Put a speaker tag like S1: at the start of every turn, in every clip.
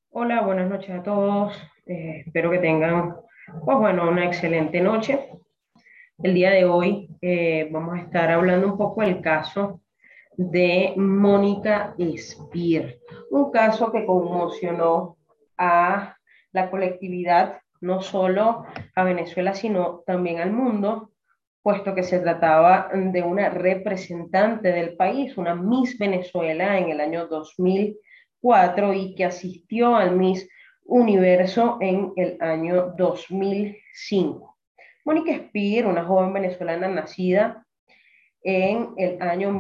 S1: Hola, buenas noches a todos. Espero que tengan, pues bueno, una excelente noche. El día de hoy vamos a estar hablando un poco del caso de Mónica Spear, un caso que conmocionó a la colectividad, no solo a Venezuela, sino también al mundo, puesto que se trataba de una representante del país, una Miss Venezuela en el año 2004 y que asistió al Miss Universo en el año 2005. Mónica Spear, una joven venezolana nacida en el año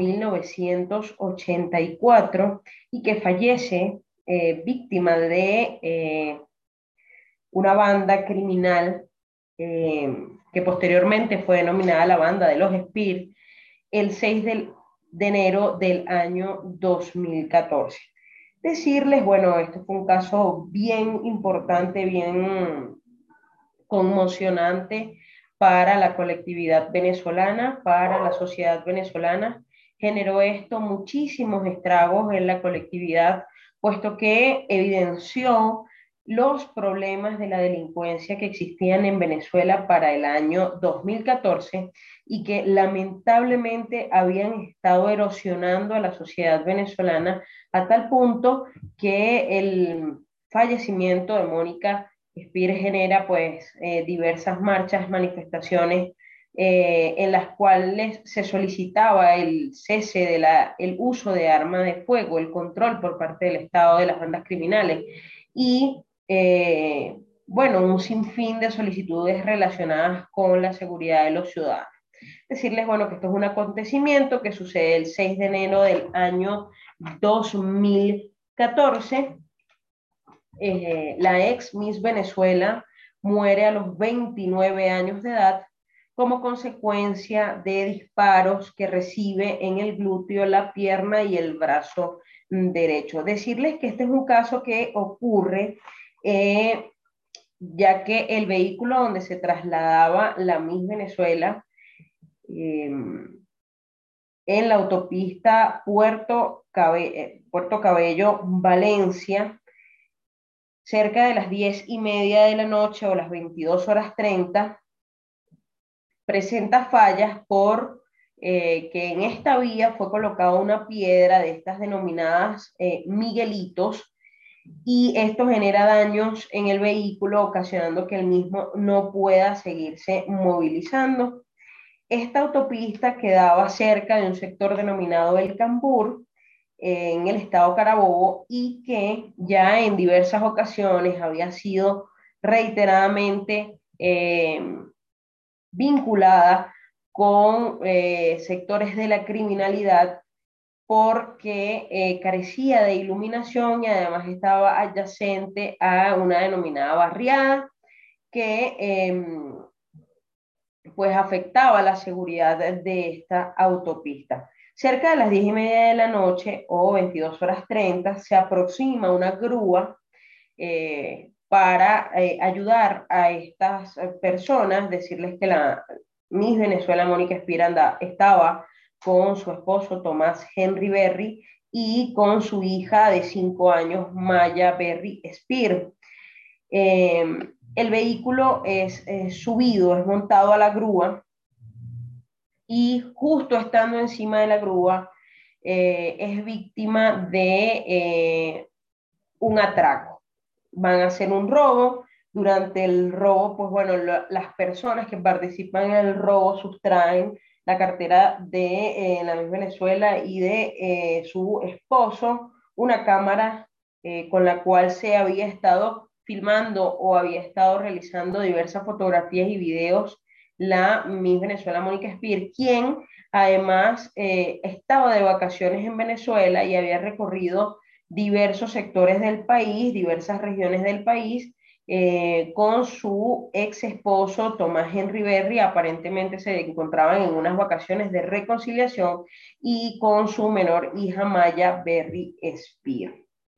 S1: 1984 y que fallece víctima de una banda criminal que posteriormente fue denominada la banda de los Spear el 6 de enero del año 2014. Decirles, bueno, esto fue un caso bien importante, bien conmocionante para la colectividad venezolana, para la sociedad venezolana. Generó esto muchísimos estragos en la colectividad, puesto que evidenció los problemas de la delincuencia que existían en Venezuela para el año 2014 y que lamentablemente habían estado erosionando a la sociedad venezolana a tal punto que el fallecimiento de Mónica Spear genera pues diversas marchas, manifestaciones en las cuales se solicitaba el cese el uso de armas de fuego, el control por parte del Estado de las bandas criminales y bueno, un sinfín de solicitudes relacionadas con la seguridad de los ciudadanos. Decirles, bueno, que esto es un acontecimiento que sucede el 6 de enero del año 2014. La ex Miss Venezuela muere a los 29 años de edad como consecuencia de disparos que recibe en el glúteo, la pierna y el brazo derecho. Decirles que este es un caso que ocurre ya que el vehículo donde se trasladaba la Miss Venezuela eh, en la autopista Puerto Cabello, Valencia, cerca de las 10:30 de la noche o las 22:30, presenta fallas por que en esta vía fue colocada una piedra de estas denominadas Miguelitos y esto genera daños en el vehículo, ocasionando que el mismo no pueda seguirse movilizando. Esta autopista quedaba cerca de un sector denominado El Cambur, en el estado Carabobo, y que ya en diversas ocasiones había sido reiteradamente vinculada con sectores de la criminalidad porque carecía de iluminación y además estaba adyacente a una denominada barriada que pues afectaba la seguridad de esta autopista. Cerca de las 10:30 de la noche o 22:30 se aproxima una grúa para ayudar a estas personas, decirles que la Miss Venezuela Mónica Espiranda estaba con su esposo Tomás Henry Berry y con su hija de 5 años, Maya Berry Spear. El vehículo es subido, es montado a la grúa y justo estando encima de la grúa es víctima de un atraco. Van a hacer un robo. Durante el robo, pues bueno, las personas que participan en el robo sustraen la cartera de la Miss Venezuela y de su esposo, una cámara con la cual se había estado filmando o había estado realizando diversas fotografías y videos la Miss Venezuela Mónica Spear, quien además estaba de vacaciones en Venezuela y había recorrido diversos sectores del país, diversas regiones del país, con su ex esposo Tomás Henry Berry, aparentemente se encontraban en unas vacaciones de reconciliación, y con su menor hija Maya Berry Spear.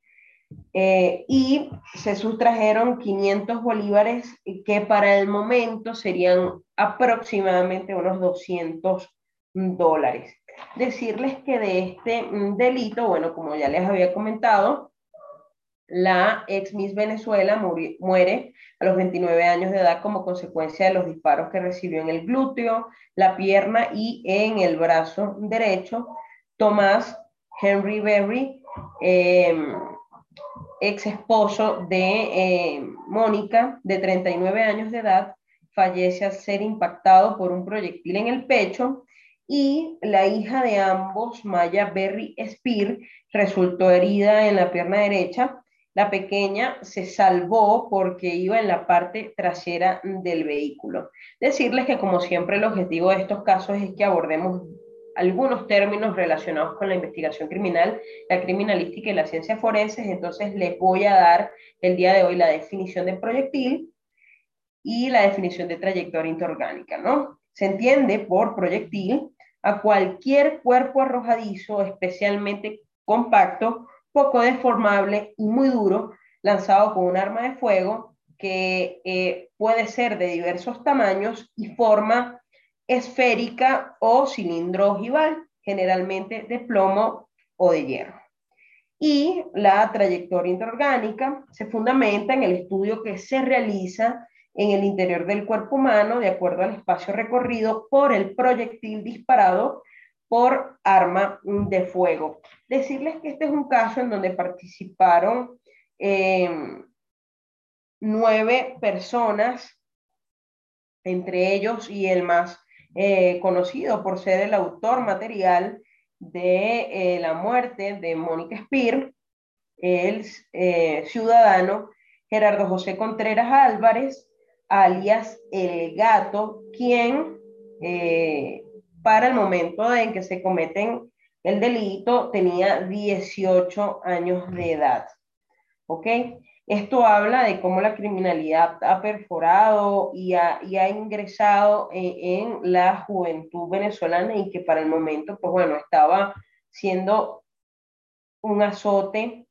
S1: Y se sustrajeron 500 bolívares que para el momento serían aproximadamente unos $200. Decirles que de este delito, bueno, como ya les había comentado, La ex Miss Venezuela muere a los 29 años de edad como consecuencia de los disparos que recibió en el glúteo, la pierna y en el brazo derecho. Tomás Henry Berry, ex esposo de Mónica, de 39 años de edad, fallece al ser impactado por un proyectil en el pecho, y la hija de ambos, Maya Berry Spear, resultó herida en la pierna derecha. La pequeña se salvó porque iba en la parte trasera del vehículo. Decirles que, como siempre, el objetivo de estos casos es que abordemos algunos términos relacionados con la investigación criminal, la criminalística y las ciencias forenses. Entonces les voy a dar el día de hoy la definición de proyectil y la definición de trayectoria interorgánica, ¿no? Se entiende por proyectil a cualquier cuerpo arrojadizo, especialmente compacto, poco deformable y muy duro, lanzado con un arma de fuego que puede ser de diversos tamaños y forma esférica o cilindro ojival, generalmente de plomo o de hierro. Y la trayectoria interorgánica se fundamenta en el estudio que se realiza en el interior del cuerpo humano de acuerdo al espacio recorrido por el proyectil disparado por arma de fuego. Decirles que este es un caso en donde participaron 9 personas, entre ellos y el más conocido por ser el autor material de la muerte de Mónica Spear, el ciudadano Gerardo José Contreras Álvarez, alias El Gato, quien para el momento en que se cometen el delito tenía 18 años de edad. ¿Ok? Esto habla de cómo la criminalidad ha perforado y ha ingresado en la juventud venezolana, y que para el momento, pues bueno, estaba siendo un azote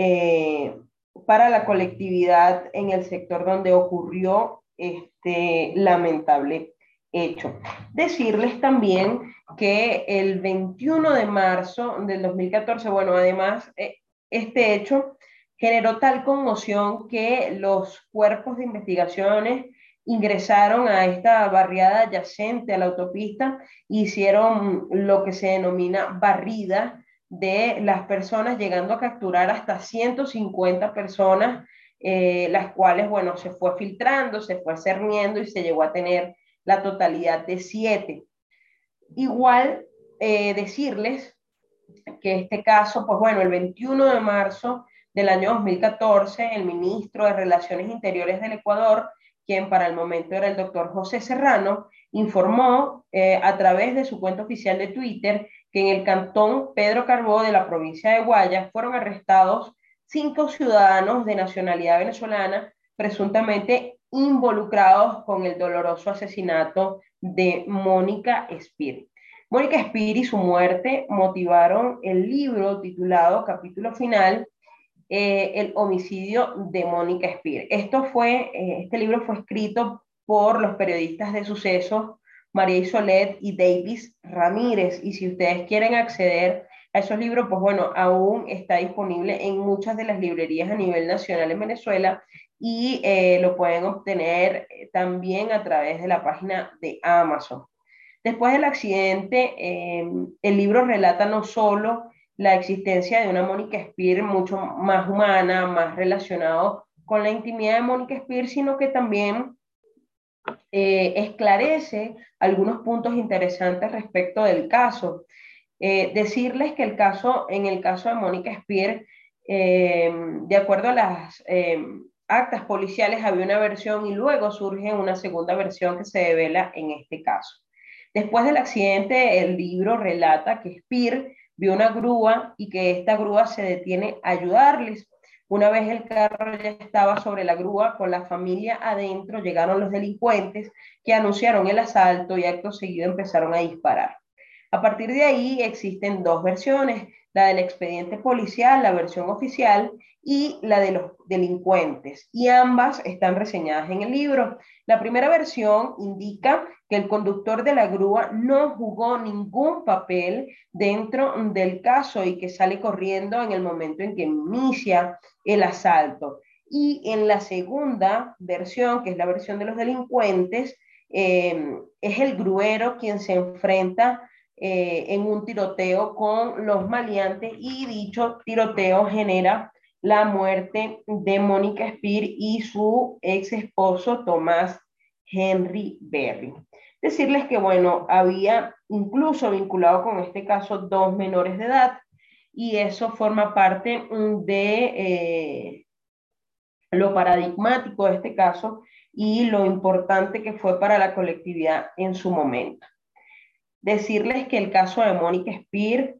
S1: para la colectividad en el sector donde ocurrió este lamentable hecho. Decirles también que el 21 de marzo del 2014, bueno, además, este hecho generó tal conmoción que los cuerpos de investigaciones ingresaron a esta barriada adyacente a la autopista, hicieron lo que se denomina barrida de las personas, llegando a capturar hasta 150 personas, las cuales, bueno, se fue filtrando, se fue cerniendo y se llegó a tener la totalidad de 7. Igual decirles que este caso, pues bueno, el 21 de marzo del año 2014, el ministro de Relaciones Interiores del Ecuador, quien para el momento era el doctor José Serrano, informó a través de su cuenta oficial de Twitter que en el cantón Pedro Carbó de la provincia de Guayas fueron arrestados 5 ciudadanos de nacionalidad venezolana presuntamente involucrados con el doloroso asesinato de Mónica Spear. Mónica Spear y su muerte motivaron el libro titulado Capítulo Final, el homicidio de Mónica Spear. Este libro fue escrito por los periodistas de Sucesos María Isolet y Davis Ramírez, y si ustedes quieren acceder a esos libros, pues bueno, aún está disponible en muchas de las librerías a nivel nacional en Venezuela, y lo pueden obtener también a través de la página de Amazon. Después del accidente, el libro relata no solo la existencia de una Mónica Spear mucho más humana, más relacionado con la intimidad de Mónica Spear, sino que también esclarece algunos puntos interesantes respecto del caso. Decirles que en el caso de Mónica Spear, de acuerdo a las actas policiales, había una versión y luego surge una segunda versión que se devela en este caso. Después del accidente, el libro relata que Spear vio una grúa y que esta grúa se detiene a ayudarles. Una vez el carro ya estaba sobre la grúa con la familia adentro, llegaron los delincuentes que anunciaron el asalto y acto seguido empezaron a disparar. A partir de ahí existen 2 versiones. la del expediente policial, la versión oficial, y la de los delincuentes, y ambas están reseñadas en el libro. La primera versión indica que el conductor de la grúa no jugó ningún papel dentro del caso y que sale corriendo en el momento en que inicia el asalto. Y en la segunda versión, que es la versión de los delincuentes, es el gruero quien se enfrenta en un tiroteo con los maleantes, y dicho tiroteo genera la muerte de Mónica Spear y su ex esposo Tomás Henry Berry. Decirles que, bueno, había incluso vinculado con este caso dos menores de edad, y eso forma parte de lo paradigmático de este caso y lo importante que fue para la colectividad en su momento. Decirles que el caso de Mónica Spear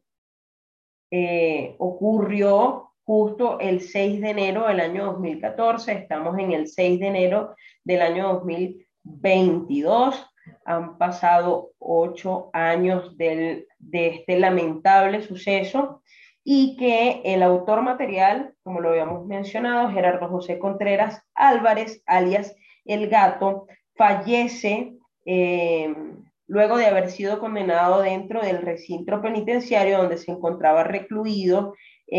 S1: ocurrió justo el 6 de enero del año 2014, estamos en el 6 de enero del año 2022, han pasado 8 años de este lamentable suceso, y que el autor material, como lo habíamos mencionado, Gerardo José Contreras Álvarez, alias El Gato, fallece luego de haber sido condenado dentro del recinto penitenciario donde se encontraba recluido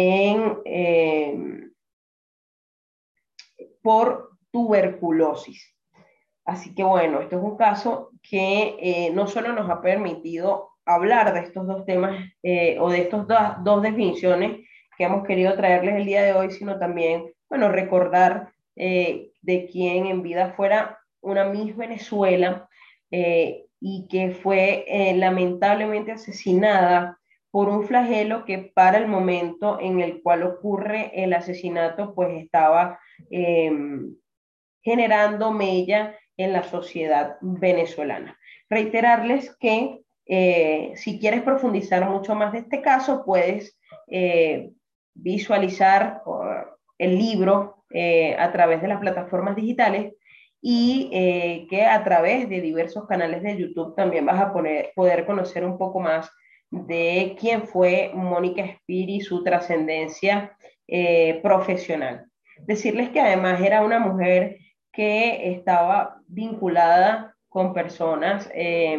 S1: por tuberculosis. Así que bueno, esto es un caso que no solo nos ha permitido hablar de estos dos temas o de estas dos definiciones que hemos querido traerles el día de hoy, sino también, bueno, recordar de quién en vida fuera una Miss Venezuela y que fue lamentablemente asesinada por un flagelo que para el momento en el cual ocurre el asesinato, pues estaba generando mella en la sociedad venezolana. Reiterarles que si quieres profundizar mucho más de este caso, puedes visualizar el libro a través de las plataformas digitales, y que a través de diversos canales de YouTube también vas a poder conocer un poco más de quién fue Mónica Spear y su trascendencia profesional. Decirles que además era una mujer que estaba vinculada con personas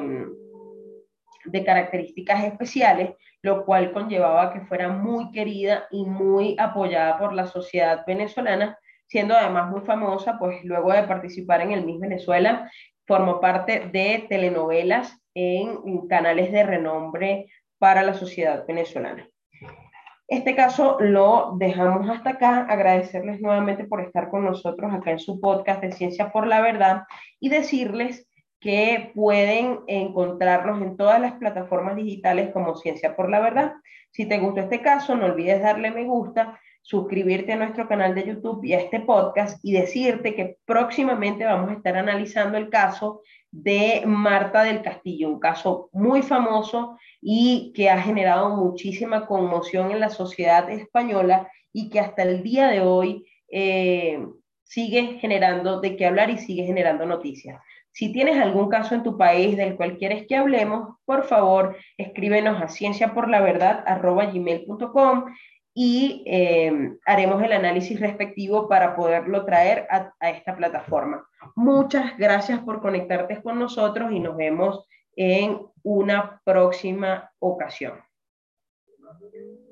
S1: de características especiales, lo cual conllevaba que fuera muy querida y muy apoyada por la sociedad venezolana, siendo además muy famosa, pues luego de participar en el Miss Venezuela, formó parte de telenovelas en canales de renombre para la sociedad venezolana. Este caso lo dejamos hasta acá. Agradecerles nuevamente por estar con nosotros acá en su podcast de Ciencia por la Verdad, y decirles que pueden encontrarnos en todas las plataformas digitales como Ciencia por la Verdad. Si te gustó este caso, no olvides darle me gusta, suscribirte a nuestro canal de YouTube y a este podcast, y decirte que próximamente vamos a estar analizando el caso de Marta del Castillo, un caso muy famoso y que ha generado muchísima conmoción en la sociedad española, y que hasta el día de hoy sigue generando de qué hablar y sigue generando noticias. Si tienes algún caso en tu país del cual quieres que hablemos, por favor, escríbenos a cienciaporlaverdad@gmail.com, y haremos el análisis respectivo para poderlo traer a esta plataforma. Muchas gracias por conectarte con nosotros y nos vemos en una próxima ocasión.